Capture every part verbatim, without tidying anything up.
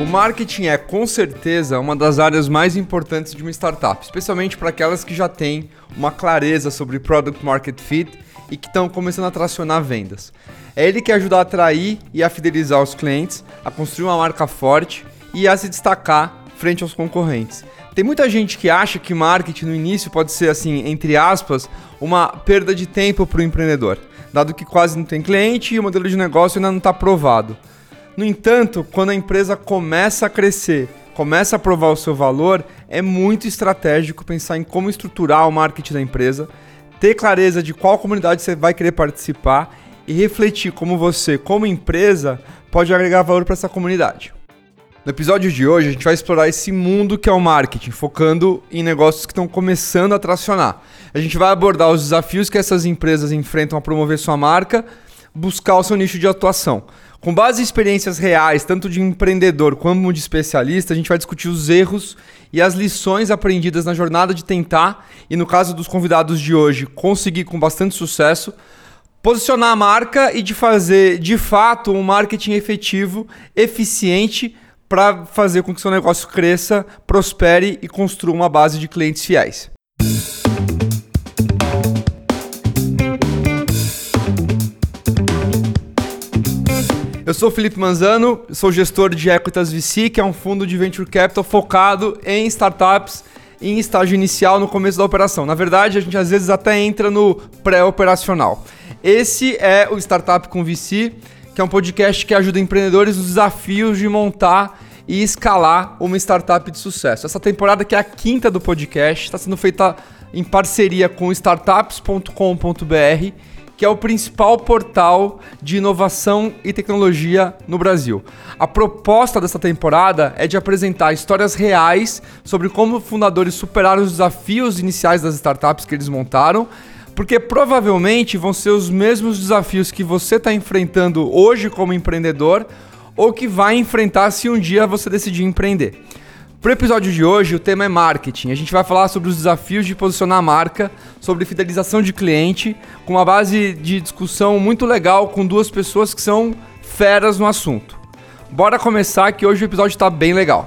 marketing é, com certeza, uma das áreas mais importantes de uma startup, especialmente para aquelas que já têm uma clareza sobre Product Market Fit e que estão começando a tracionar vendas. É ele que ajuda a atrair e a fidelizar os clientes, a construir uma marca forte e a se destacar frente aos concorrentes. Tem muita gente que acha que marketing no início pode ser, assim, entre aspas, uma perda de tempo para o empreendedor, dado que quase não tem cliente e o modelo de negócio ainda não está provado. No entanto, quando a empresa começa a crescer, começa a provar o seu valor, é muito estratégico pensar em como estruturar o marketing da empresa, ter clareza de qual comunidade você vai querer participar e refletir como você, como empresa, pode agregar valor para essa comunidade. No episódio de hoje, a gente vai explorar esse mundo que é o marketing, focando em negócios que estão começando a tracionar. A gente vai abordar os desafios que essas empresas enfrentam a promover sua marca, buscar o seu nicho de atuação. Com base em experiências reais, tanto de empreendedor como de especialista, a gente vai discutir os erros e as lições aprendidas na jornada de tentar, e no caso dos convidados de hoje, conseguir com bastante sucesso, posicionar a marca e de fazer, de fato, um marketing efetivo, eficiente, para fazer com que seu negócio cresça, prospere e construa uma base de clientes fiéis. Eu sou o Felipe Manzano, sou gestor de Equitas V C, que é um fundo de Venture Capital focado em startups em estágio inicial no começo da operação. Na verdade, a gente às vezes até entra no pré-operacional. Esse é o Startup com V C, que é um podcast que ajuda empreendedores nos desafios de montar e escalar uma startup de sucesso. Essa temporada, que é a quinta do podcast, está sendo feita em parceria com startups ponto com ponto b r, que é o principal portal de inovação e tecnologia no Brasil. A proposta dessa temporada é de apresentar histórias reais sobre como fundadores superaram os desafios iniciais das startups que eles montaram, porque provavelmente vão ser os mesmos desafios que você está enfrentando hoje como empreendedor ou que vai enfrentar se um dia você decidir empreender. Para o episódio de hoje, o tema é marketing. A gente vai falar sobre os desafios de posicionar a marca, sobre fidelização de cliente, com uma base de discussão muito legal com duas pessoas que são feras no assunto. Bora começar, que hoje o episódio está bem legal.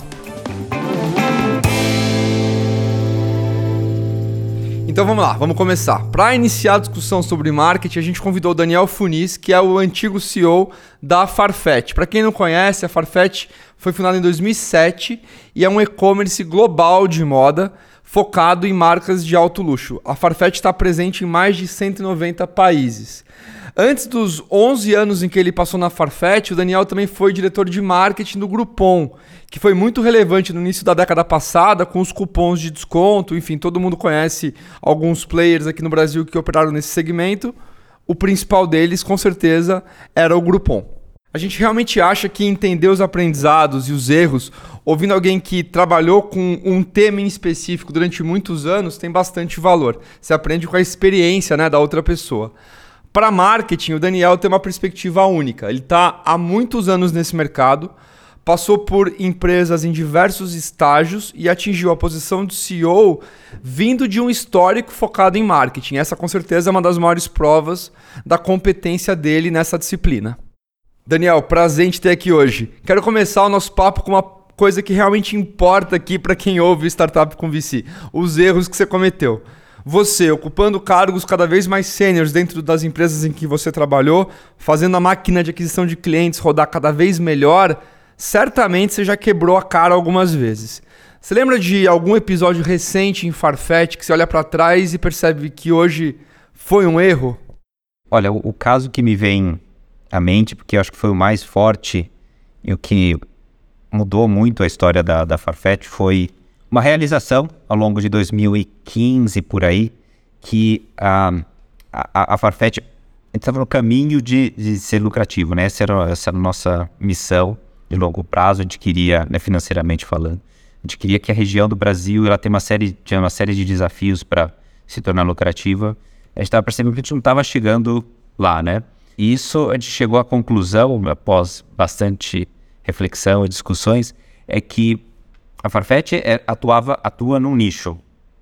Então vamos lá, vamos começar. Para iniciar a discussão sobre marketing, a gente convidou o Daniel Funis, que é o antigo C E O da Farfetch. Para quem não conhece, a Farfetch foi fundada em dois mil e sete e é um e-commerce global de moda focado em marcas de alto luxo. A Farfetch está presente em mais de cento e noventa países. Antes dos onze anos em que ele passou na Farfetch, o Daniel também foi diretor de marketing do Groupon, que foi muito relevante no início da década passada com os cupons de desconto. Enfim, todo mundo conhece alguns players aqui no Brasil que operaram nesse segmento. O principal deles, com certeza, era o Groupon. A gente realmente acha que entender os aprendizados e os erros, ouvindo alguém que trabalhou com um tema em específico durante muitos anos, tem bastante valor. Você aprende com a experiência, né, da outra pessoa. Para marketing, o Daniel tem uma perspectiva única. Ele está há muitos anos nesse mercado, passou por empresas em diversos estágios e atingiu a posição de C E O vindo de um histórico focado em marketing. Essa, com certeza, é uma das maiores provas da competência dele nessa disciplina. Daniel, prazer em te ter aqui hoje. Quero começar o nosso papo com uma coisa que realmente importa aqui para quem ouve Startup com V C. Os erros que você cometeu. Você, ocupando cargos cada vez mais sêniores dentro das empresas em que você trabalhou, fazendo a máquina de aquisição de clientes rodar cada vez melhor, certamente você já quebrou a cara algumas vezes. Você lembra de algum episódio recente em Farfetch que você olha para trás e percebe que hoje foi um erro? Olha, o, o caso que me vem à mente, porque eu acho que foi o mais forte e o que mudou muito a história da, da Farfetch, foi uma realização ao longo de dois mil e quinze, por aí, que a, a, a Farfetch estava no caminho de, de ser lucrativo, né? Essa era, essa era a nossa missão de longo prazo. A gente queria, né, financeiramente falando, a gente queria que a região do Brasil ela tem uma série, tinha uma série de desafios para se tornar lucrativa. A gente estava percebendo que a gente não estava chegando lá, né? E isso a gente chegou à conclusão, após bastante reflexão e discussões, é que a Farfetch é, atuava, atua num nicho,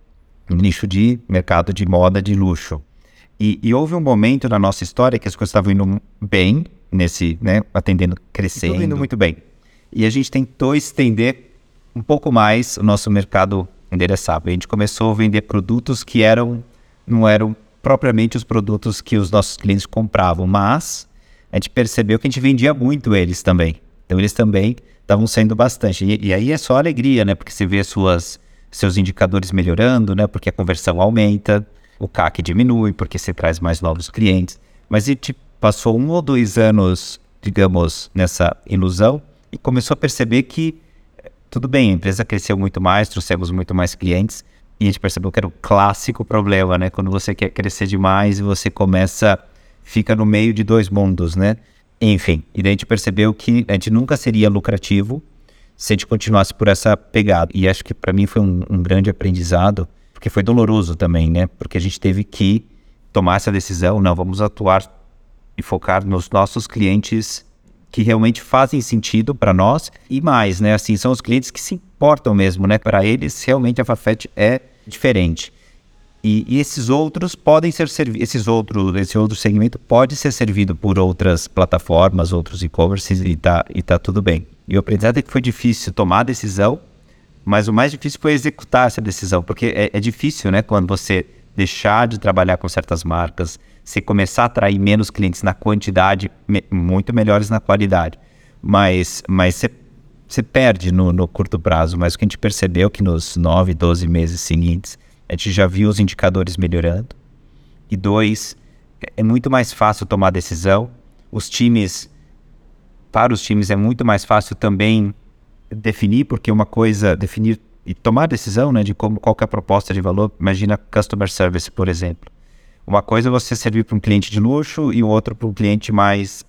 um nicho de mercado de moda de luxo. E, e houve um momento na nossa história que as coisas estavam indo bem, nesse, né, atendendo, crescendo, indo muito bem. e a gente tentou estender um pouco mais o nosso mercado endereçável. A gente começou a vender produtos que eram, não eram propriamente os produtos que os nossos clientes compravam, mas a gente percebeu que a gente vendia muito eles também. Então eles também estavam saindo bastante. E, e aí é só alegria, né? Porque você vê suas, seus indicadores melhorando, né? Porque a conversão aumenta, o C A C diminui, porque você traz mais novos clientes. Mas a gente passou um ou dois anos, digamos, nessa ilusão e começou a perceber que tudo bem, a empresa cresceu muito mais, trouxemos muito mais clientes e a gente percebeu que era o clássico problema, né? Quando você quer crescer demais e você começa, fica no meio de dois mundos, né? Enfim, e daí a gente percebeu que a gente nunca seria lucrativo se a gente continuasse por essa pegada. E acho que para mim foi um, um grande aprendizado, porque foi doloroso também, né? Porque a gente teve que tomar essa decisão, não, vamos atuar e focar nos nossos clientes que realmente fazem sentido para nós e mais, né? Assim, são os clientes que se importam mesmo, né? Para eles, realmente a Farfetch é diferente. E, e esses outros podem ser servidos, esses outros, esse outro segmento pode ser servido por outras plataformas, outros e-commerces e tá, e tá tudo bem. E o aprendizado é que foi difícil tomar a decisão, mas o mais difícil foi executar essa decisão, porque é, é difícil, né? Quando você deixar de trabalhar com certas marcas, você começar a atrair menos clientes na quantidade, me, muito melhores na qualidade. Mas, mas você, você perde no, no curto prazo. Mas o que a gente percebeu é que nos nove, doze meses seguintes, a gente já viu os indicadores melhorando. E dois, é muito mais fácil tomar decisão. Os times, para os times é muito mais fácil também definir, porque uma coisa, definir e tomar decisão, né, de como, qual que é a proposta de valor. Imagina customer service, por exemplo. Uma coisa é você servir para um cliente de luxo e o outro para um cliente mais,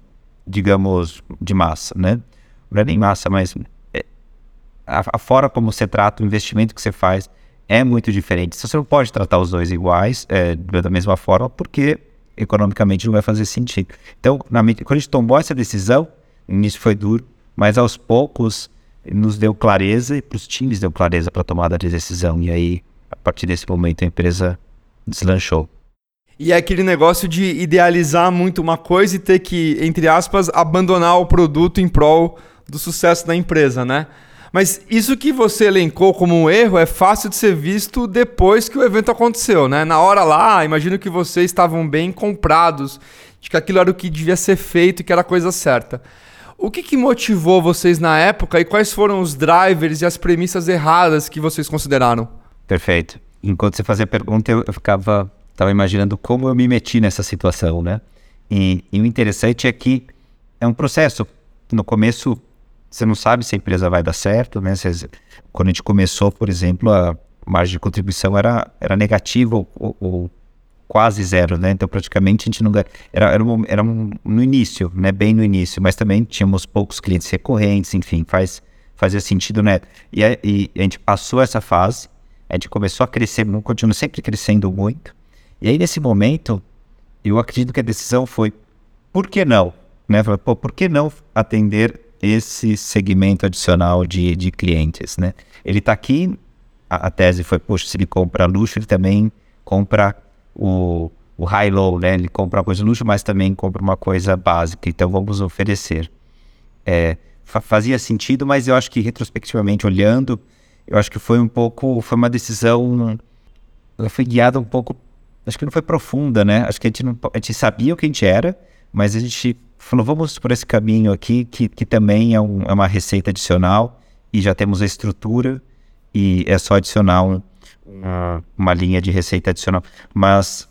digamos, de massa, né? Não é nem massa, mas é, a, a forma como você trata, o investimento que você faz é muito diferente. Você não pode tratar os dois iguais, é, da mesma forma, porque economicamente não vai fazer sentido. Então, na, quando a gente tomou essa decisão, no início foi duro, mas aos poucos nos deu clareza e para os times deu clareza para a tomada de decisão. E aí, a partir desse momento, a empresa deslanchou. E é aquele negócio de idealizar muito uma coisa e ter que, entre aspas, abandonar o produto em prol do sucesso da empresa, né? Mas isso que você elencou como um erro é fácil de ser visto depois que o evento aconteceu, né? Na hora lá, imagino que vocês estavam bem comprados, de que aquilo era o que devia ser feito e que era a coisa certa. O que, que motivou vocês na época e quais foram os drivers e as premissas erradas que vocês consideraram? Perfeito. Enquanto você fazia a pergunta, eu, eu ficava... Estava imaginando como eu me meti nessa situação, né? E, e o interessante é que é um processo. No começo, você não sabe se a empresa vai dar certo, né? Você, quando a gente começou, por exemplo, a margem de contribuição era, era negativa ou, ou, ou quase zero, né? Então, praticamente, a gente não ganha. Era, era, um, era um, no início, né? Bem no início, mas também tínhamos poucos clientes recorrentes, enfim, faz, fazia sentido, né? E a, e a gente passou essa fase, a gente começou a crescer, continua sempre crescendo muito. E aí, nesse momento, eu acredito que a decisão foi, por que não? Né? Pô, por que não atender esse segmento adicional de, de clientes? Né? Ele está aqui, a, a tese foi, poxa, se ele compra luxo, ele também compra o, o high-low, né? Ele compra uma coisa de luxo, mas também compra uma coisa básica, então vamos oferecer. É, fa- fazia sentido, mas eu acho que, retrospectivamente, olhando, eu acho que foi um pouco, foi uma decisão, ela foi guiada um pouco. Acho que não foi profunda, né? Acho que a gente, não, a gente sabia o que a gente era, mas a gente falou, vamos por esse caminho aqui, que, que também é, um, é uma receita adicional, e já temos a estrutura, e é só adicionar um, uma, uma linha de receita adicional. Mas,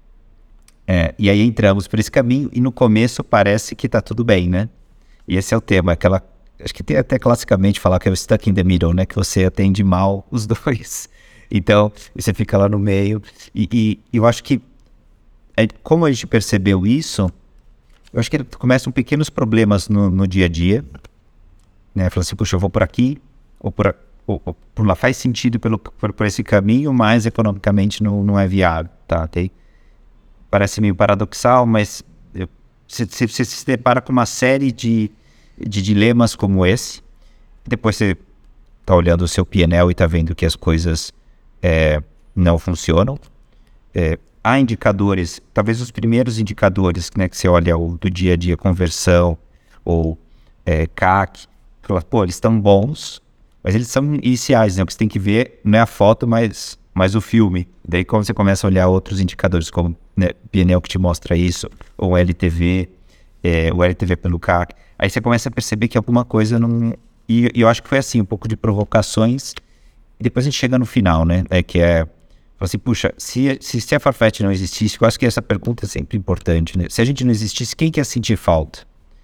é, e aí entramos por esse caminho, e no começo parece que tá tudo bem, né? E esse é o tema, aquela, acho que tem até classicamente falar que é o stuck in the middle, né? Que você atende mal os dois. Então, você fica lá no meio. E, e eu acho que, é, como a gente percebeu isso, eu acho que começam pequenos problemas no, no dia a dia. Né? Falando assim, puxa, eu vou por aqui, ou por, ou, ou por lá. Faz sentido pelo, por, por esse caminho, mas economicamente não, não é viável. Tá? Tem, parece meio paradoxal, mas eu, você, você se depara com uma série de, de dilemas como esse. Depois você está olhando o seu P and L e está vendo que as coisas... É, não funcionam. É, há indicadores, talvez os primeiros indicadores, né, que você olha o, do dia a dia, conversão ou é, C A C, Fala, pô, eles estão bons, mas eles são iniciais, né? O que você tem que ver não é a foto, mas, mas o filme. Daí quando você começa a olhar outros indicadores, como, né, P and L que te mostra isso, ou L T V, é, o L T V pelo C A C, aí você começa a perceber que alguma coisa não... E, e eu acho que foi assim, um pouco de provocações, e depois a gente chega no final, né? É que é... Fala assim, puxa, se, se, se a Farfetch não existisse, eu acho que essa pergunta é sempre importante, né? Se a gente não existisse, quem que ia sentir falta?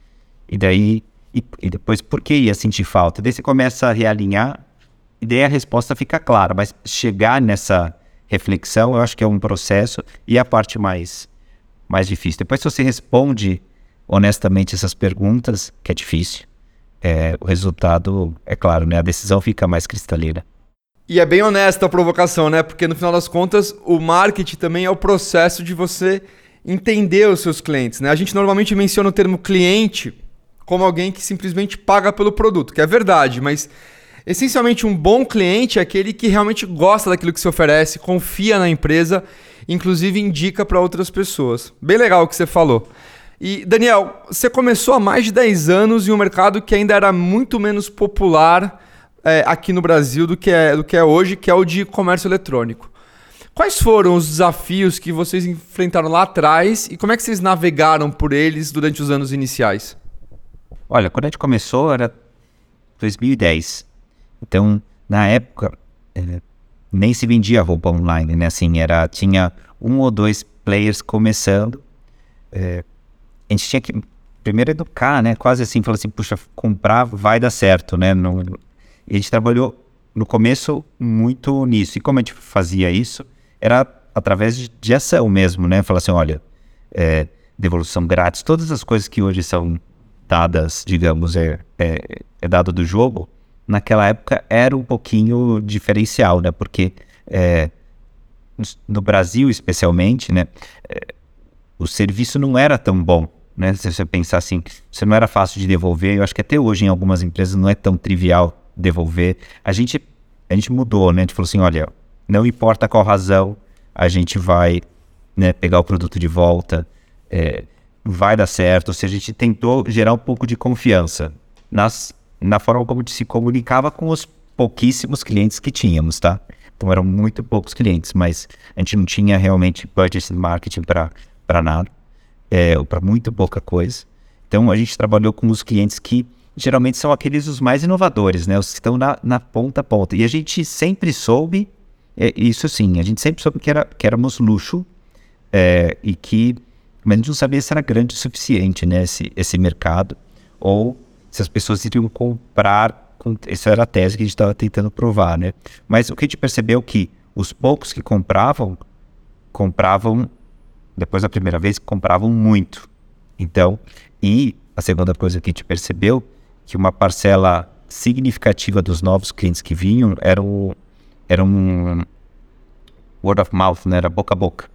E daí... E, e depois, por que ia sentir falta? Daí você começa a realinhar, e daí a resposta fica clara, mas chegar nessa reflexão, eu acho que é um processo, e é a parte mais, mais difícil. Depois, se você responde honestamente essas perguntas, que é difícil, é, o resultado, é claro, né? A decisão fica mais cristalina. E é bem honesta a provocação, né? Porque no final das contas, o marketing também é o processo de você entender os seus clientes, né? A gente normalmente menciona o termo cliente como alguém que simplesmente paga pelo produto, que é verdade, mas essencialmente um bom cliente é aquele que realmente gosta daquilo que se oferece, confia na empresa, inclusive indica para outras pessoas. Bem legal o que você falou. E, Daniel, você começou há mais de dez anos em um mercado que ainda era muito menos popular é, aqui no Brasil do que, é, do que é hoje, que é o de comércio eletrônico. Quais foram os desafios que vocês enfrentaram lá atrás e como é que vocês navegaram por eles durante os anos iniciais? Olha, quando a gente começou era dois mil e dez. Então, na época, é, nem se vendia roupa online, né? Assim, era, tinha um ou dois players começando. É, a gente tinha que primeiro educar, né? Quase assim, falar assim, puxa, comprar vai dar certo, né? No, e a gente trabalhou no começo muito nisso. E como a gente fazia isso? Era através de, de ação mesmo, né? Falar assim, olha, é, devolução grátis, todas as coisas que hoje são dadas, digamos, é, é, é dado do jogo, naquela época era um pouquinho diferencial, né? Porque é, no Brasil, especialmente, né? É, o serviço não era tão bom, né? Se você pensar assim, você não era fácil de devolver. Eu acho que até hoje em algumas empresas não é tão trivial devolver. A gente, a gente mudou, né? A gente falou assim, olha, não importa qual razão, a gente vai, né, pegar o produto de volta, é, vai dar certo. Ou seja, a gente tentou gerar um pouco de confiança nas, na forma como a gente se comunicava com os pouquíssimos clientes que tínhamos, tá? Então eram muito poucos clientes, mas a gente não tinha realmente budget de marketing para nada, é, ou para muito pouca coisa. Então a gente trabalhou com os clientes que geralmente são aqueles os mais inovadores, né? Os que estão na, na ponta a ponta. E a gente sempre soube, é, isso sim, a gente sempre soube que, era, que éramos luxo, é, e que mas a gente não sabia se era grande o suficiente, né, esse, esse mercado, ou se as pessoas iriam comprar, com, essa era a tese que a gente estava tentando provar, né. Mas o que a gente percebeu é que os poucos que compravam, compravam, depois da primeira vez, compravam muito. Então, e a segunda coisa que a gente percebeu, que uma parcela significativa dos novos clientes que vinham era, o, era um word of mouth, né, era boca a boca.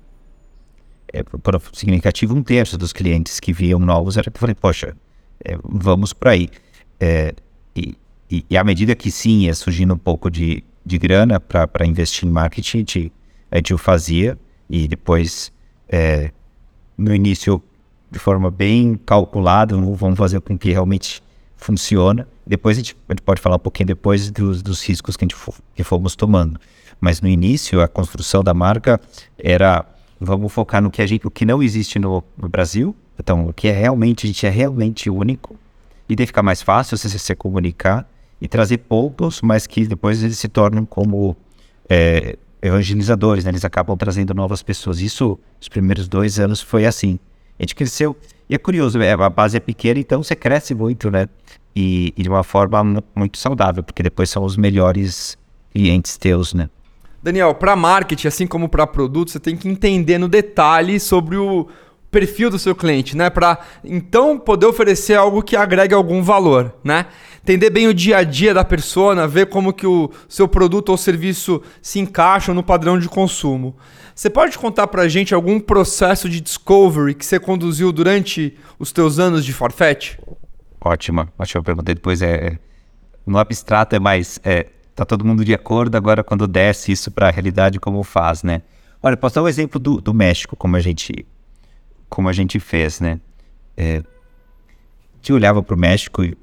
É, por significativo, um terço dos clientes que viam novos era que eu falei, poxa, é, vamos por aí. É, e, e, e à medida que sim, ia surgindo um pouco de, de grana para investir em marketing, a gente, a gente o fazia e depois, é, no início, de forma bem calculada, vamos fazer com que realmente funciona. Depois a gente, a gente pode falar um pouquinho depois dos, dos riscos que, a gente for, que fomos tomando. Mas no início, a construção da marca era... Vamos focar no que, a gente, o que não existe no, no Brasil. Então, o que é realmente, a gente é realmente único. E daí fica mais fácil você se comunicar e trazer poucos, mas que depois eles se tornam como é, evangelizadores, né? Eles acabam trazendo novas pessoas. Isso, os primeiros dois anos foi assim. A gente cresceu. E é curioso, a base é pequena, então você cresce muito, né? E, e de uma forma muito saudável, porque depois são os melhores clientes teus, né? Daniel, para marketing, assim como para produto, você tem que entender no detalhe sobre o perfil do seu cliente, né? Para então poder oferecer algo que agregue algum valor, né? Entender bem o dia a dia da persona, ver como que o seu produto ou serviço se encaixam no padrão de consumo. Você pode contar para a gente algum processo de discovery que você conduziu durante os teus anos de Farfetch? Ótima, ótima pergunta. Depois é, no abstrato é mais... É... Tá todo mundo de acordo, agora quando desce isso para a realidade, como faz, né? Olha, posso dar um exemplo do, do México, como a gente, como a gente fez, né? É, a gente olhava para o México e,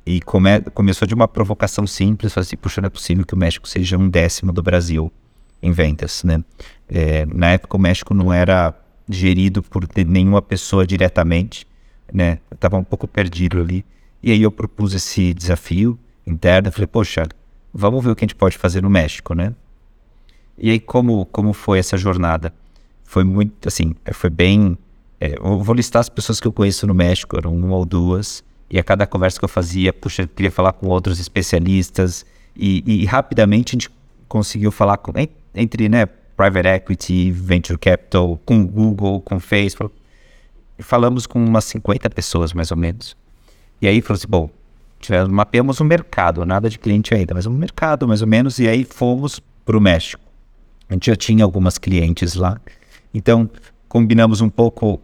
e come, começou de uma provocação simples, falei assim, puxa, não é possível que o México seja um décimo do Brasil em vendas, né? É, na época o México não era gerido por nenhuma pessoa diretamente, né? Eu estava um pouco perdido ali. E aí eu propus esse desafio interno, falei, poxa, vamos ver o que a gente pode fazer no México, né? E aí como, como foi essa jornada? Foi muito, assim, foi bem... É, eu vou listar as pessoas que eu conheço no México, eram uma ou duas, e a cada conversa que eu fazia, puxa, eu queria falar com outros especialistas, e, e rapidamente a gente conseguiu falar com, entre, né, private equity, venture capital, com Google, com Facebook, falamos com umas cinquenta pessoas, mais ou menos. E aí falou assim, bom, tivemos, mapeamos um mercado, nada de cliente ainda, mas um mercado, mais ou menos, e aí fomos para o México. A gente já tinha algumas clientes lá, então combinamos um pouco,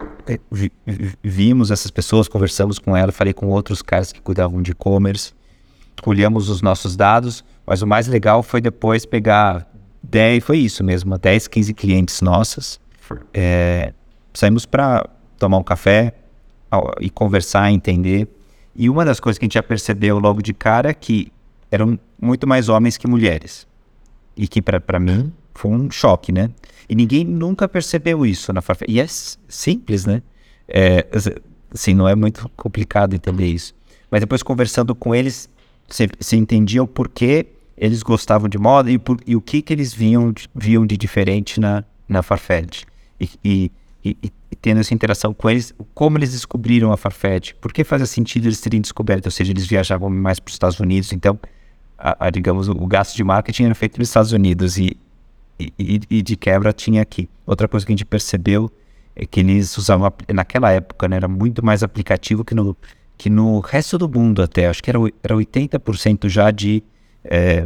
vimos essas pessoas, conversamos com elas, falei com outros caras que cuidavam de e-commerce, colhemos os nossos dados, mas o mais legal foi depois pegar dez, foi isso mesmo, dez, quinze clientes nossas, é, saímos para tomar um café e conversar, entender, e uma das coisas que a gente já percebeu logo de cara é que eram muito mais homens que mulheres, e que para mim foi um choque, né? E ninguém nunca percebeu isso na Farfetch. E é simples, né? É, assim, não é muito complicado entender isso. Mas depois, conversando com eles, você entendia o porquê eles gostavam de moda e, por, e o que, que eles viam, viam de diferente na, na Farfetch. E, e, e, e tendo essa interação com eles, como eles descobriram a Farfetch, por que fazia sentido eles terem descoberto, ou seja, eles viajavam mais para os Estados Unidos, então, a, a, digamos, o, o gasto de marketing era feito nos Estados Unidos e E, e de quebra tinha aqui. Outra coisa que a gente percebeu é que eles usavam, naquela época, né, era muito mais aplicativo que no, que no resto do mundo até. Acho que era, era oitenta por cento já de é,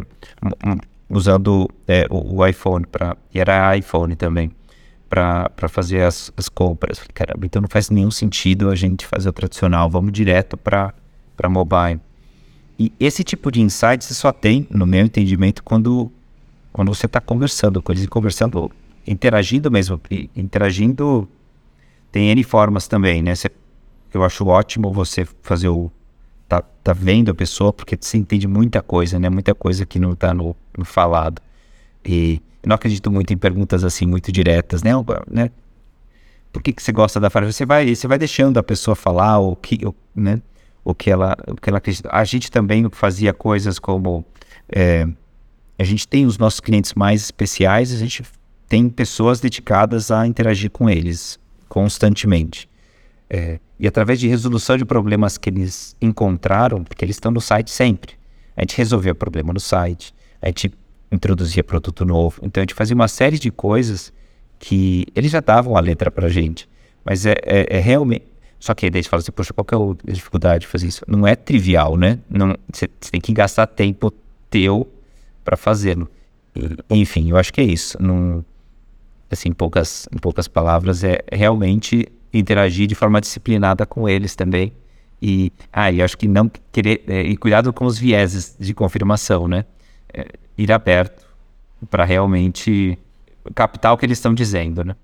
usando é, o, o iPhone, pra, e era iPhone também, para fazer as, as compras. Falei, caramba, então não faz nenhum sentido a gente fazer o tradicional, vamos direto para mobile. E esse tipo de insight você só tem, no meu entendimento, quando... quando você está conversando com eles, e conversando, interagindo mesmo, e interagindo, tem N formas também, né? Você, eu acho ótimo você fazer o, tá, tá vendo a pessoa, porque você entende muita coisa, né? Muita coisa que não está no, no falado. E eu não acredito muito em perguntas assim, muito diretas, né? né? Por que, que você gosta da Farfetch? Você vai, você vai deixando a pessoa falar o que, o, né? o que, ela, o que ela acredita. A gente também fazia coisas como... É, a gente tem os nossos clientes mais especiais, a gente tem pessoas dedicadas a interagir com eles constantemente. É, e através de resolução de problemas que eles encontraram, porque eles estão no site sempre, a gente resolvia o problema no site, a gente introduzia produto novo, então a gente fazia uma série de coisas que eles já davam a letra pra gente, mas é, é, é realmente... Só que aí daí você fala assim, poxa, qual que é a dificuldade de fazer isso? Não é trivial, né? Você tem que gastar tempo teu para fazê-lo. Enfim, eu acho que é isso. Num, assim, em poucas, em poucas palavras, é realmente interagir de forma disciplinada com eles também. E, ah, e acho que não querer... É, e cuidado com os vieses de confirmação, né? É, ir aberto para realmente captar o que eles estão dizendo, né?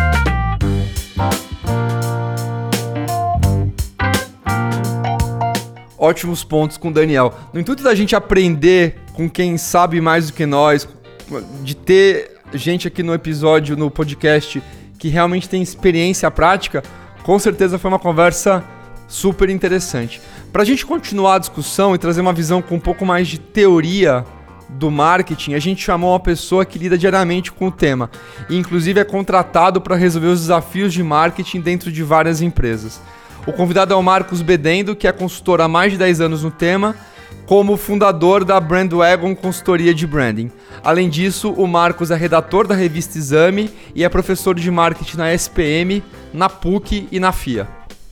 Ótimos pontos com o Daniel. No intuito da gente aprender com quem sabe mais do que nós, de ter gente aqui no episódio, no podcast, que realmente tem experiência prática, com certeza foi uma conversa super interessante. Para a gente continuar a discussão e trazer uma visão com um pouco mais de teoria do marketing, a gente chamou uma pessoa que lida diariamente com o tema e inclusive é contratado para resolver os desafios de marketing dentro de várias empresas. O convidado é o Marcos Bedendo, que é consultor há mais de dez anos no tema, como fundador da Brandwagon Consultoria de Branding. Além disso, o Marcos é redator da revista Exame e é professor de marketing na S P M, na P U C e na F I A.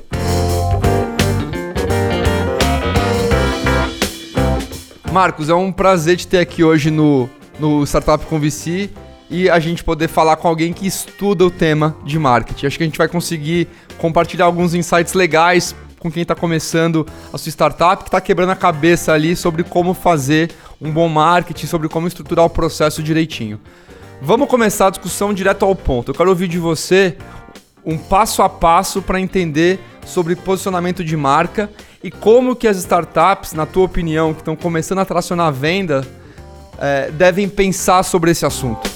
Marcos, é um prazer te ter aqui hoje no, no Startup com V C e a gente poder falar com alguém que estuda o tema de marketing. Acho que a gente vai conseguir compartilhar alguns insights legais com quem está começando a sua startup, que está quebrando a cabeça ali sobre como fazer um bom marketing, sobre como estruturar o processo direitinho. Vamos começar a discussão direto ao ponto. Eu quero ouvir de você um passo a passo para entender sobre posicionamento de marca e como que as startups, na tua opinião, que estão começando a tracionar a venda, é, devem pensar sobre esse assunto?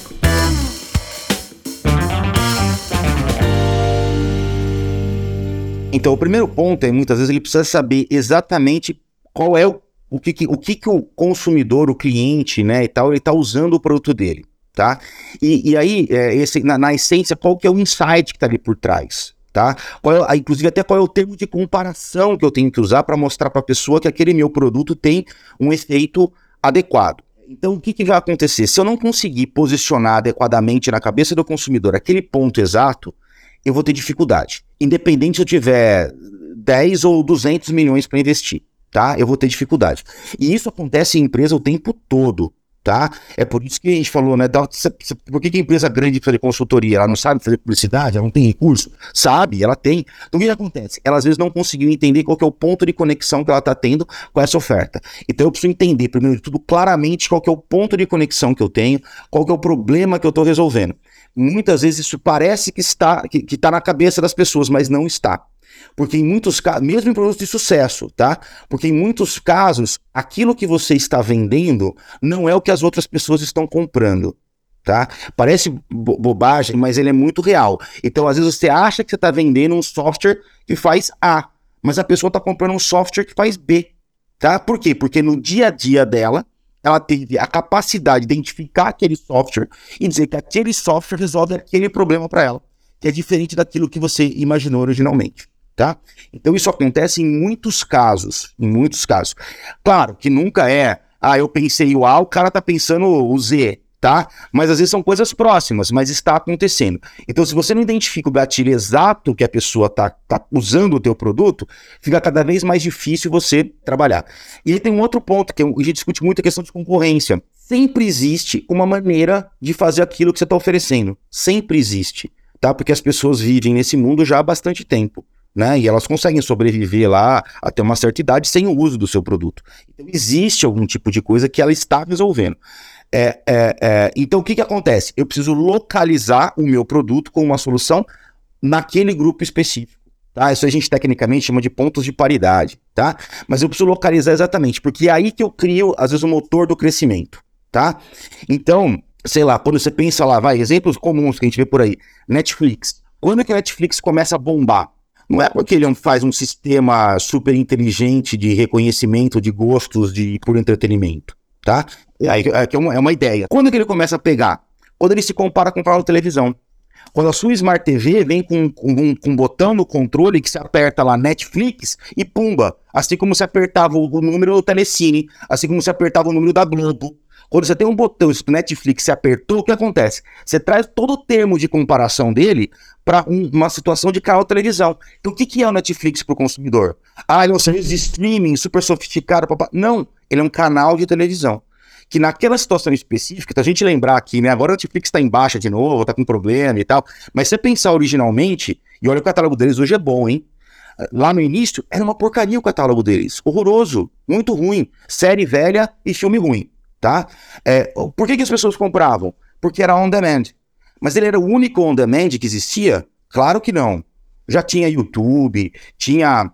Então, o primeiro ponto é, muitas vezes, ele precisa saber exatamente qual é o, o, que, o que, que o consumidor, o cliente, né, e tal, ele está usando o produto dele, tá? E, e aí, é, esse, na, na essência, qual que é o insight que está ali por trás, tá? Qual é, inclusive, até qual é o termo de comparação que eu tenho que usar para mostrar para a pessoa que aquele meu produto tem um efeito adequado. Então, o que, que vai acontecer? Se eu não conseguir posicionar adequadamente na cabeça do consumidor aquele ponto exato, eu vou ter dificuldade. Independente se eu tiver dez ou duzentos milhões para investir, tá? Eu vou ter dificuldade. E isso acontece em empresa o tempo todo, tá? É por isso que a gente falou, né? Por que, que a empresa grande precisa de consultoria? Ela não sabe fazer publicidade? Ela não tem recurso? Sabe, ela tem. Então, o que, que acontece? Ela às vezes não conseguiu entender qual que é o ponto de conexão que ela está tendo com essa oferta. Então, eu preciso entender, primeiro de tudo, claramente qual que é o ponto de conexão que eu tenho, qual que é o problema que eu estou resolvendo. Muitas vezes isso parece que está, que, que está na cabeça das pessoas, mas não está. Porque em muitos casos, mesmo em produtos de sucesso, tá? Porque em muitos casos, aquilo que você está vendendo não é o que as outras pessoas estão comprando, tá? Parece bo- bobagem, mas ele é muito real. Então, às vezes você acha que você está vendendo um software que faz A, mas a pessoa está comprando um software que faz B, tá? Por quê? Porque no dia a dia dela, ela teve a capacidade de identificar aquele software e dizer que aquele software resolve aquele problema para ela, que é diferente daquilo que você imaginou originalmente, tá? Então isso acontece em muitos casos, em muitos casos. Claro que nunca é, ah, eu pensei o A, o cara tá pensando o Z, tá? Mas às vezes são coisas próximas, mas está acontecendo. Então, se você não identifica o gatilho exato que a pessoa tá, tá usando o teu produto, fica cada vez mais difícil você trabalhar. E aí tem um outro ponto, que a gente discute muito, a questão de concorrência. Sempre existe uma maneira de fazer aquilo que você está oferecendo. Sempre existe, tá? Porque as pessoas vivem nesse mundo já há bastante tempo, né? E elas conseguem sobreviver lá até uma certa idade sem o uso do seu produto. Então, existe algum tipo de coisa que ela está resolvendo. É, é, é, então o que que acontece? Eu preciso localizar o meu produto com uma solução naquele grupo específico, tá? Isso a gente tecnicamente chama de pontos de paridade, tá? Mas eu preciso localizar exatamente, porque é aí que eu crio, às vezes, o motor do crescimento, tá? Então, sei lá, quando você pensa lá, vai, exemplos comuns que a gente vê por aí, Netflix. Quando que a Netflix começa a bombar? Não é porque ele faz um sistema super inteligente de reconhecimento de gostos de, por entretenimento, tá? Aí é uma, é uma ideia. Quando que ele começa a pegar? Quando ele se compara com o canal de televisão. Quando a sua Smart T V vem com, com, um, com um botão no controle que você aperta lá Netflix e pumba. Assim como você apertava o, o número do Telecine, assim como você apertava o número da Globo. Quando você tem um botão escrito Netflix, você apertou, o que acontece? Você traz todo o termo de comparação dele para um, uma situação de canal de televisão. Então, o que, que é o Netflix para o consumidor? Ah, ele é um serviço de streaming super sofisticado. Papá. Não, ele é um canal de televisão. Que naquela situação específica, tá a gente lembrar aqui, né? Agora o Netflix está em baixa de novo, tá com problema e tal. Mas se você pensar originalmente, e olha, o catálogo deles hoje é bom, hein? Lá no início, era uma porcaria o catálogo deles. Horroroso, muito ruim. Série velha e filme ruim, tá? É, por que que as pessoas compravam? Porque era on demand. Mas ele era o único on demand que existia? Claro que não. Já tinha YouTube, tinha...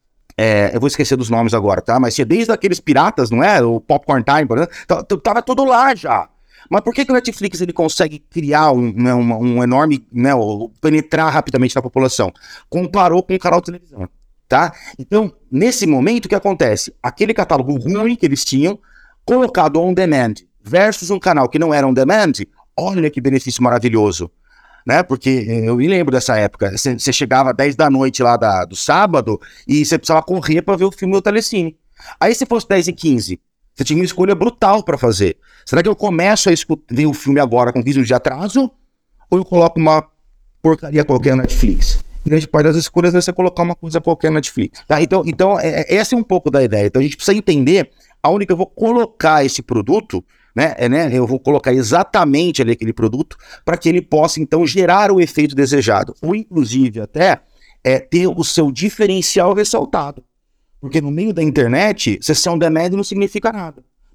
É, eu vou esquecer dos nomes agora, tá? Mas tinha desde aqueles piratas, não é? O Popcorn Time, por exemplo, tava tudo lá já. Mas por que que o Netflix ele consegue criar um, né, um, um enorme, né, penetrar rapidamente na população? Comparou com o canal de televisão, tá? Então, nesse momento, o que acontece? Aquele catálogo ruim que eles tinham, colocado on demand, versus um canal que não era on demand, olha que benefício maravilhoso. Né? Porque eu me lembro dessa época, você chegava às dez da noite lá da, do sábado e você precisava correr para ver o filme do Telecine. Aí se fosse dez e quinze, você tinha uma escolha brutal para fazer. Será que eu começo a escutar, ver o filme agora com quinze minutos de atraso ou eu coloco uma porcaria qualquer na Netflix? Grande parte das escolhas é você colocar uma coisa qualquer na Netflix. Tá? Então, então é, essa é um pouco da ideia. Então a gente precisa entender aonde que eu vou colocar esse produto, né, é, né, eu vou colocar exatamente ali aquele produto para que ele possa, então, gerar o efeito desejado. Ou, inclusive, até é, ter o seu diferencial ressaltado. Porque no meio da internet, sessão demand não significa nada.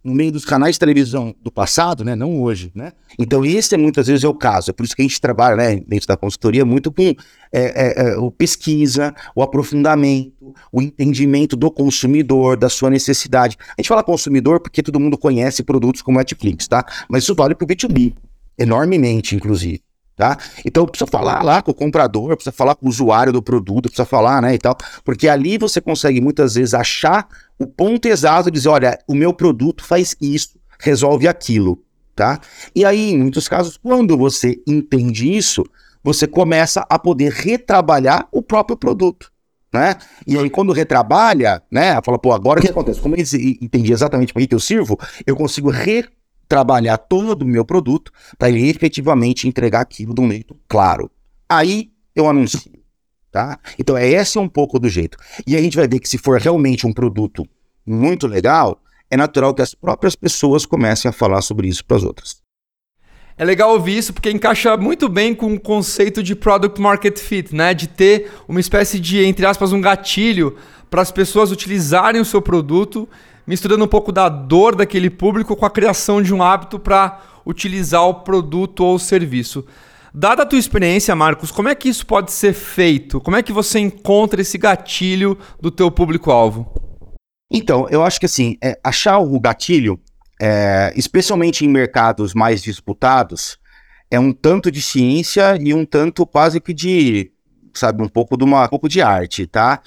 no meio dos canais de televisão do passado, né? Não hoje, né? Então esse é muitas vezes é o caso, é por isso que a gente trabalha, né, dentro da consultoria muito com é, é, é, o pesquisa, o aprofundamento, o entendimento do consumidor, da sua necessidade. A gente fala consumidor porque todo mundo conhece produtos como Netflix, tá? Mas isso vale para o B dois B, enormemente, inclusive. Tá? Então precisa falar lá com o comprador, precisa falar com o usuário do produto, precisa falar, né, e tal, porque ali você consegue muitas vezes achar o ponto exato e dizer, olha, o meu produto faz isso, resolve aquilo, tá? E aí, em muitos casos, quando você entende isso, você começa a poder retrabalhar o próprio produto, né? E aí quando retrabalha, né, fala, pô, agora o que acontece? Como eu entendi exatamente para que eu sirvo, eu consigo re trabalhar todo o meu produto para ele efetivamente entregar aquilo de um jeito claro. Aí eu anuncio, tá? Então é esse um pouco do jeito. E aí a gente vai ver que se for realmente um produto muito legal, é natural que as próprias pessoas comecem a falar sobre isso para as outras. É legal ouvir isso porque encaixa muito bem com o conceito de Product Market Fit, né? De ter uma espécie de, entre aspas, um gatilho para as pessoas utilizarem o seu produto, misturando um pouco da dor daquele público com a criação de um hábito para utilizar o produto ou o serviço. Dada a tua experiência, Marcos, como é que isso pode ser feito? Como é que você encontra esse gatilho do teu público-alvo? Então, eu acho que assim, é, achar o gatilho, é, especialmente em mercados mais disputados, é um tanto de ciência e um tanto quase que de, sabe, um pouco de uma, um pouco de arte, tá?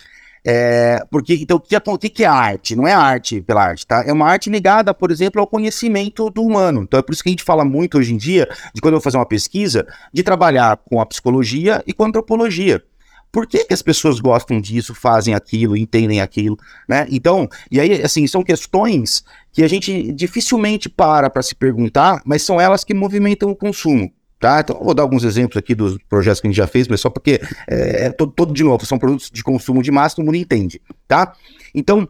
É, porque, então, o que, que é arte? Não é arte pela arte, tá? É uma arte ligada, por exemplo, ao conhecimento do humano. Então, é por isso que a gente fala muito hoje em dia, de quando eu vou fazer uma pesquisa, de trabalhar com a psicologia e com a antropologia. Por que, que as pessoas gostam disso, fazem aquilo, entendem aquilo, né? Então, e aí, assim, são questões que a gente dificilmente para para se perguntar, mas são elas que movimentam o consumo. Tá? Então, eu vou dar alguns exemplos aqui dos projetos que a gente já fez, mas só porque, é, é todo, todo de novo, são produtos de consumo de massa, todo mundo entende, tá? Então,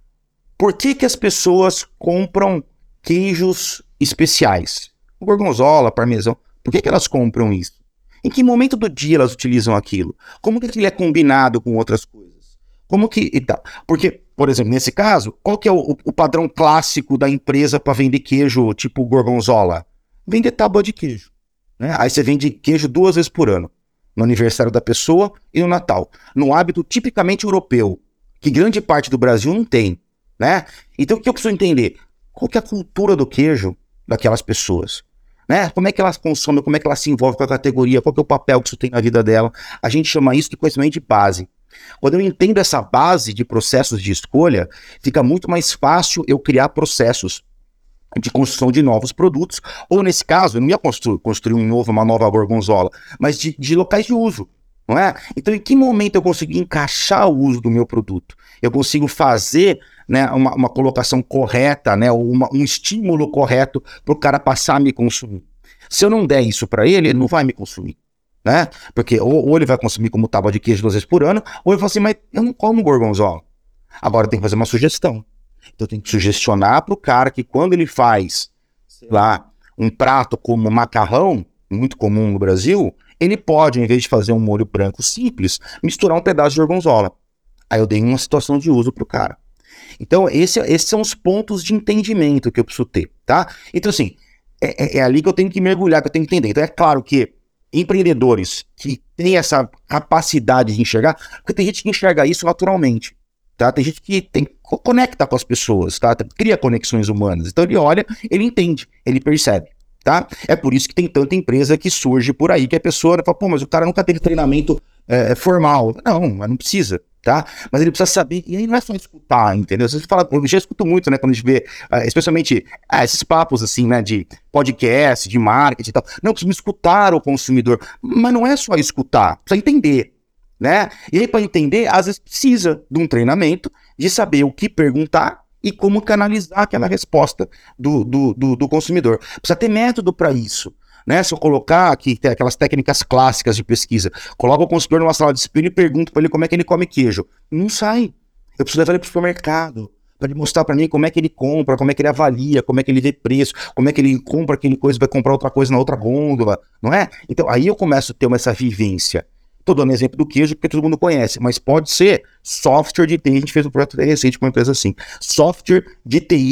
por que que as pessoas compram queijos especiais? Gorgonzola, parmesão, por que que elas compram isso? Em que momento do dia elas utilizam aquilo? Como que ele é combinado com outras coisas? Como que... E tal? Porque, por exemplo, nesse caso, qual que é o, o padrão clássico da empresa para vender queijo tipo gorgonzola? Vender tábua de queijo. Né? Aí você vende queijo duas vezes por ano, no aniversário da pessoa e no Natal, no hábito tipicamente europeu, que grande parte do Brasil não tem, né? Então o que eu preciso entender? Qual que é a cultura do queijo daquelas pessoas? Né? Como é que elas consomem, como é que elas se envolvem com a categoria, qual que é o papel que isso tem na vida dela? A gente chama isso de conhecimento de base. Quando eu entendo essa base de processos de escolha, fica muito mais fácil eu criar processos de construção de novos produtos, ou nesse caso, eu não ia construir, construir um novo, uma nova gorgonzola, mas de, de locais de uso, não é? Então, em que momento eu consigo encaixar o uso do meu produto? Eu consigo fazer, né, uma, uma colocação correta, né, uma, um estímulo correto para o cara passar a me consumir. Se eu não der isso para ele, ele não vai me consumir, né? Porque ou, ou ele vai consumir como tábua de queijo duas vezes por ano, ou ele fala assim, mas eu não como gorgonzola. Agora tem que fazer uma sugestão. Então eu tenho que sugestionar para o cara que quando ele faz, sei lá, um prato como macarrão, muito comum no Brasil, ele pode, em vez de fazer um molho branco simples, misturar um pedaço de gorgonzola. Aí eu dei uma situação de uso para o cara. Então esse, esses são os pontos de entendimento que eu preciso ter, tá? Então assim, é, é, é ali que eu tenho que mergulhar, que eu tenho que entender. Então é claro que empreendedores que têm essa capacidade de enxergar, porque tem gente que enxerga isso naturalmente. Tá? Tem gente que tem, conecta com as pessoas, tá? Cria conexões humanas. Então ele olha, ele entende, ele percebe. Tá? É por isso que tem tanta empresa que surge por aí, que a pessoa fala, pô, mas o cara nunca teve treinamento é, formal. Não, mas não precisa, tá? Mas ele precisa saber, e aí não é só escutar, entendeu? Você fala, eu já escuto muito, né, quando a gente vê, especialmente ah, esses papos assim, né, de podcast, de marketing e tal. Não, precisa escutar o consumidor, mas não é só escutar, precisa entender. Né? E aí, para entender, às vezes precisa de um treinamento, de saber o que perguntar e como canalizar aquela resposta do, do, do, do consumidor. Precisa ter método para isso. Né? Se eu colocar aqui tem aquelas técnicas clássicas de pesquisa, coloco o consumidor numa sala de espelho e pergunto para ele como é que ele come queijo. Não sai. Eu preciso levar ele para o supermercado, para ele mostrar para mim como é que ele compra, como é que ele avalia, como é que ele vê preço, como é que ele compra aquele coisa e vai comprar outra coisa na outra gôndola, não é? Então aí eu começo a ter uma, essa vivência. Estou dando exemplo do queijo porque todo mundo conhece, mas pode ser software de T I. A gente fez um projeto recente com uma empresa assim. Software de T I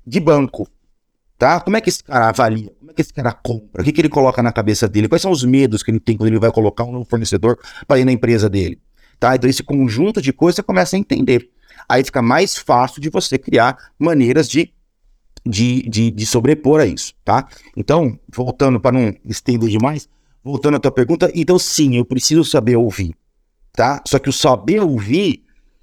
de banco, tá? Como é que esse cara avalia? Como é que esse cara compra? O que, que ele coloca na cabeça dele? Quais são os medos que ele tem quando ele vai colocar um novo fornecedor para ir na empresa dele? Tá? Então esse conjunto de coisas você começa a entender. Aí fica mais fácil de você criar maneiras de, de, de, de sobrepor a isso, tá? Então, voltando para não estender demais, voltando à tua pergunta, então sim, eu preciso saber ouvir, tá? Só que o saber ouvir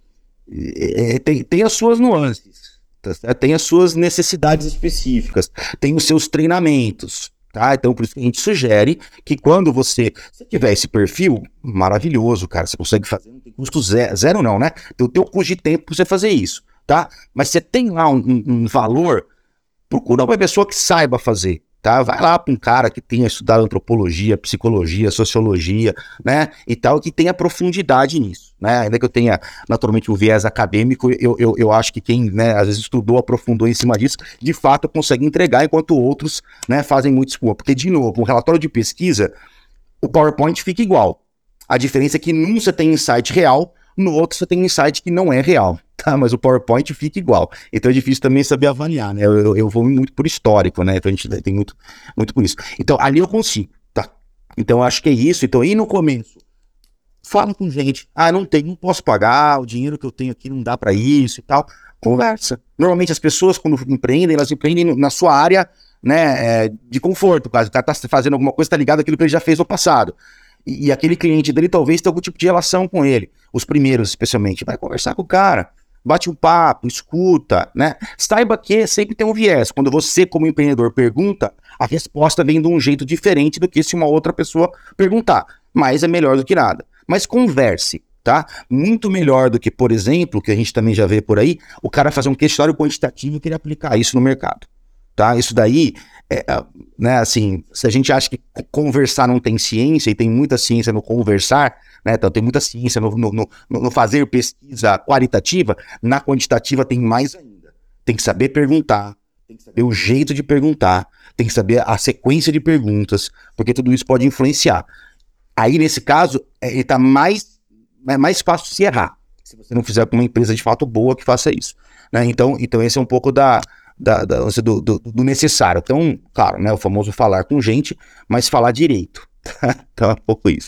é, tem, tem as suas nuances, tá? Tem as suas necessidades específicas, tem os seus treinamentos, tá? Então por isso que a gente sugere que quando você se tiver esse perfil, maravilhoso, cara, você consegue fazer, não tem custo zero, zero não, né? Tem o teu custo de tempo para você fazer isso, tá? Mas você tem lá um, um, um valor, procura uma pessoa que saiba fazer, tá? Vai lá para um cara que tenha estudado antropologia, psicologia, sociologia, né? E tal, que tenha profundidade nisso, né? Ainda que eu tenha, naturalmente, um viés acadêmico, eu, eu, eu acho que quem, né, às vezes estudou, aprofundou em cima disso, de fato consegue entregar, enquanto outros, né, fazem muito esforço. Porque, de novo, um relatório de pesquisa, o PowerPoint fica igual. A diferença é que num você tem insight real, no outro você tem um insight que não é real, tá? Mas o PowerPoint fica igual. Então é difícil também saber avaliar, né? Eu, eu, eu vou muito por histórico, né? Então a gente tem muito, muito por isso. Então ali eu consigo, tá? Então eu acho que é isso. Então aí no começo, fala com gente. Ah, não tem, não posso pagar, o dinheiro que eu tenho aqui não dá pra isso e tal. Conversa. Normalmente as pessoas quando empreendem, elas empreendem na sua área, né, é, de conforto. Caso o cara tá fazendo alguma coisa, tá ligado àquilo que ele já fez no passado. E, e aquele cliente dele talvez tenha algum tipo de relação com ele. Os primeiros, especialmente. Vai conversar com o cara. Bate um papo, escuta, né? Saiba que sempre tem um viés. Quando você, como empreendedor, pergunta, a resposta vem de um jeito diferente do que se uma outra pessoa perguntar. Mas é melhor do que nada. Mas converse, tá? Muito melhor do que, por exemplo, que a gente também já vê por aí, o cara fazer um questionário quantitativo e querer aplicar isso no mercado. Tá? Isso daí, é, né, assim, se a gente acha que conversar não tem ciência, e tem muita ciência no conversar, né, então tem muita ciência no, no, no, no fazer pesquisa qualitativa, na quantitativa tem mais ainda. Tem que saber perguntar, tem que saber o jeito de perguntar, tem que saber a sequência de perguntas, porque tudo isso pode influenciar. Aí, nesse caso, é, ele tá mais, é mais fácil se errar, se você não fizer com uma empresa de fato boa que faça isso. Né? Então, então esse é um pouco da... Da, da, do, do, do necessário. Então, claro, né, o famoso falar com gente, mas falar direito. Então é um pouco isso.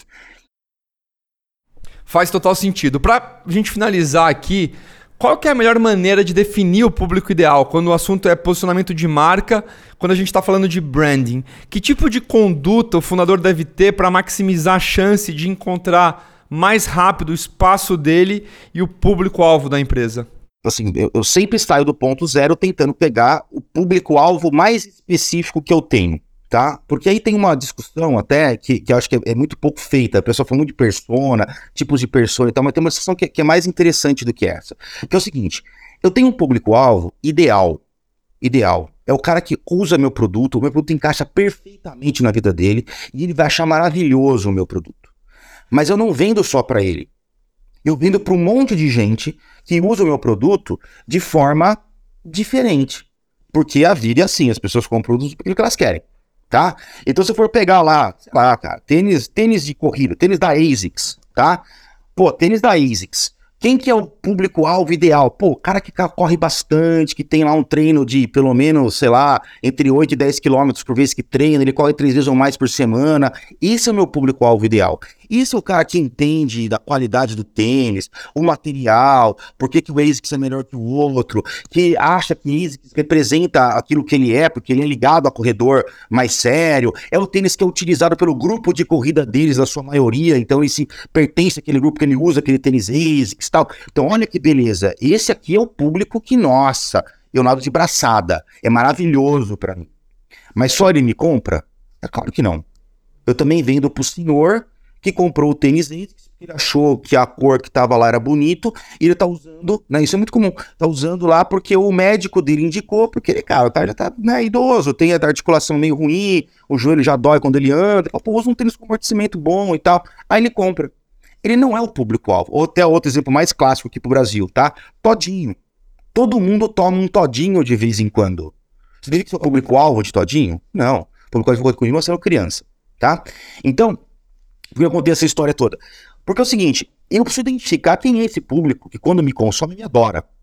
Faz total sentido. Pra gente finalizar aqui, qual que é a melhor maneira de definir o público ideal quando o assunto é posicionamento de marca, quando a gente está falando de branding? Que tipo de conduta o fundador deve ter para maximizar a chance de encontrar mais rápido o espaço dele e o público-alvo da empresa? Assim, eu, eu sempre saio do ponto zero tentando pegar o público-alvo mais específico que eu tenho, tá? Porque aí tem uma discussão até que, que eu acho que é, é muito pouco feita. A pessoa fala muito de persona, tipos de persona e tal, mas tem uma discussão que, que é mais interessante do que essa. Que é o seguinte, eu tenho um público-alvo ideal, ideal. É o cara que usa meu produto, o meu produto encaixa perfeitamente na vida dele e ele vai achar maravilhoso o meu produto. Mas eu não vendo só para ele. Eu vendo para um monte de gente que usa o meu produto de forma diferente. Porque a vida é assim, as pessoas compram produtos porque elas querem, tá? Então se eu for pegar lá, sei lá, cara, tênis, tênis de corrida, tênis da ASICS, tá? Pô, tênis da ASICS. Quem que é o público-alvo ideal? Pô, o cara que corre bastante, que tem lá um treino de pelo menos, sei lá, entre oito e dez quilômetros por vez que treina, ele corre três vezes ou mais por semana. Esse é o meu público-alvo ideal. Esse é o cara que entende da qualidade do tênis, o material, por que que o ASICS é melhor que o outro, que acha que o ASICS representa aquilo que ele é, porque ele é ligado a corredor mais sério. É o tênis que é utilizado pelo grupo de corrida deles, na sua maioria, então esse pertence àquele grupo que ele usa, aquele tênis ASICS. Tal. Então olha que beleza, esse aqui é o público que, nossa, eu nado de braçada, é maravilhoso pra mim. Mas só ele me compra? É claro que não. Eu também vendo pro senhor que comprou o tênis dele, ele achou que a cor que tava lá era bonito, e ele tá usando, né, isso é muito comum, tá usando lá porque o médico dele indicou, porque ele, cara, o cara já tá, né, idoso, tem a articulação meio ruim, o joelho já dói quando ele anda, pô, usa um tênis com amortecimento bom e tal, aí ele compra. Ele não é o público-alvo. Ou até outro exemplo mais clássico aqui pro Brasil, tá? Todinho. Todo mundo toma um todinho de vez em quando. Você diria que é o público-alvo de todinho? Não. O público-alvo de continua sendo criança, tá? Então, por que eu contei essa história toda? Porque é o seguinte, eu preciso identificar quem é esse público que quando me consome me adora.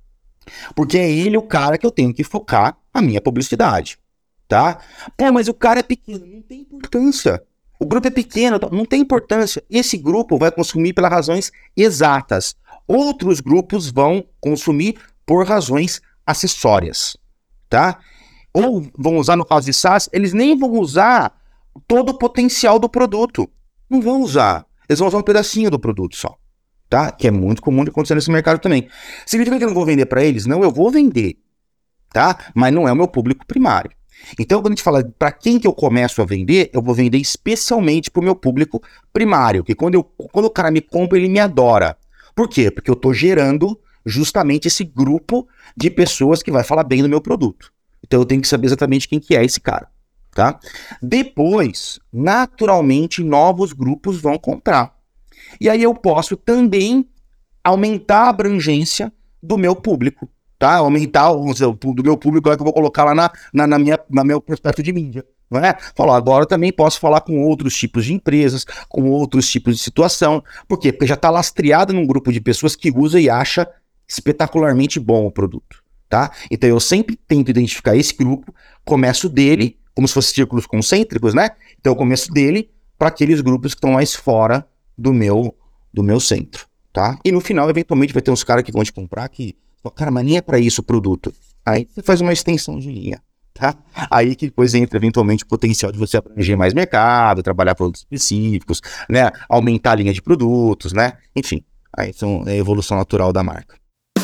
Porque é ele o cara que eu tenho que focar a minha publicidade, tá? Pô, mas o cara é pequeno, não tem importância. O grupo é pequeno, não tem importância. Esse grupo vai consumir pelas razões exatas. Outros grupos vão consumir por razões acessórias, tá? Ou vão usar, no caso de SaaS, eles nem vão usar todo o potencial do produto. Não vão usar. Eles vão usar um pedacinho do produto só, tá? Que é muito comum de acontecer nesse mercado também. Significa que eu não vou vender para eles? Não, eu vou vender, tá? Mas não é o meu público primário. Então, quando a gente fala para quem que eu começo a vender, eu vou vender especialmente para o meu público primário, que quando, eu, quando o cara me compra, ele me adora. Por quê? Porque eu estou gerando justamente esse grupo de pessoas que vai falar bem do meu produto. Então, eu tenho que saber exatamente quem que é esse cara, tá? Depois, naturalmente, novos grupos vão comprar. E aí eu posso também aumentar a abrangência do meu público, tá? Aumentar o do meu público, é que eu vou colocar lá na, na, na minha, na meu prospecto de mídia, não é? Falar, agora eu também posso falar com outros tipos de empresas, com outros tipos de situação. Por quê? Porque já está lastreado num grupo de pessoas que usa e acha espetacularmente bom o produto, tá? Então eu sempre tento identificar esse grupo, começo dele, como se fossem círculos concêntricos, né? Então eu começo dele para aqueles grupos que estão mais fora do meu, do meu centro, tá? E no final, eventualmente, vai ter uns caras que vão te comprar que, cara, mas nem é para isso o produto. Aí você faz uma extensão de linha, tá? Aí que depois entra, eventualmente, o potencial de você abranger mais mercado, trabalhar produtos específicos, né? Aumentar a linha de produtos, né? Enfim, aí são, é a evolução natural da marca.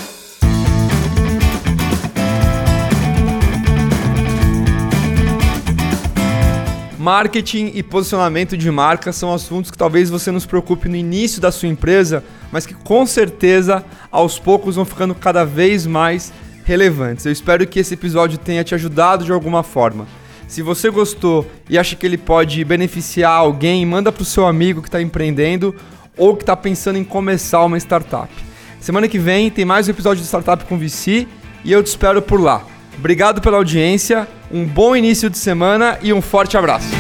Marketing e posicionamento de marca são assuntos que talvez você não se preocupe no início da sua empresa, mas que com certeza aos poucos vão ficando cada vez mais relevantes. Eu espero que esse episódio tenha te ajudado de alguma forma. Se você gostou e acha que ele pode beneficiar alguém, manda para o seu amigo que está empreendendo ou que está pensando em começar uma startup. Semana que vem tem mais um episódio de Startup com V C e eu te espero por lá. Obrigado pela audiência, um bom início de semana e um forte abraço.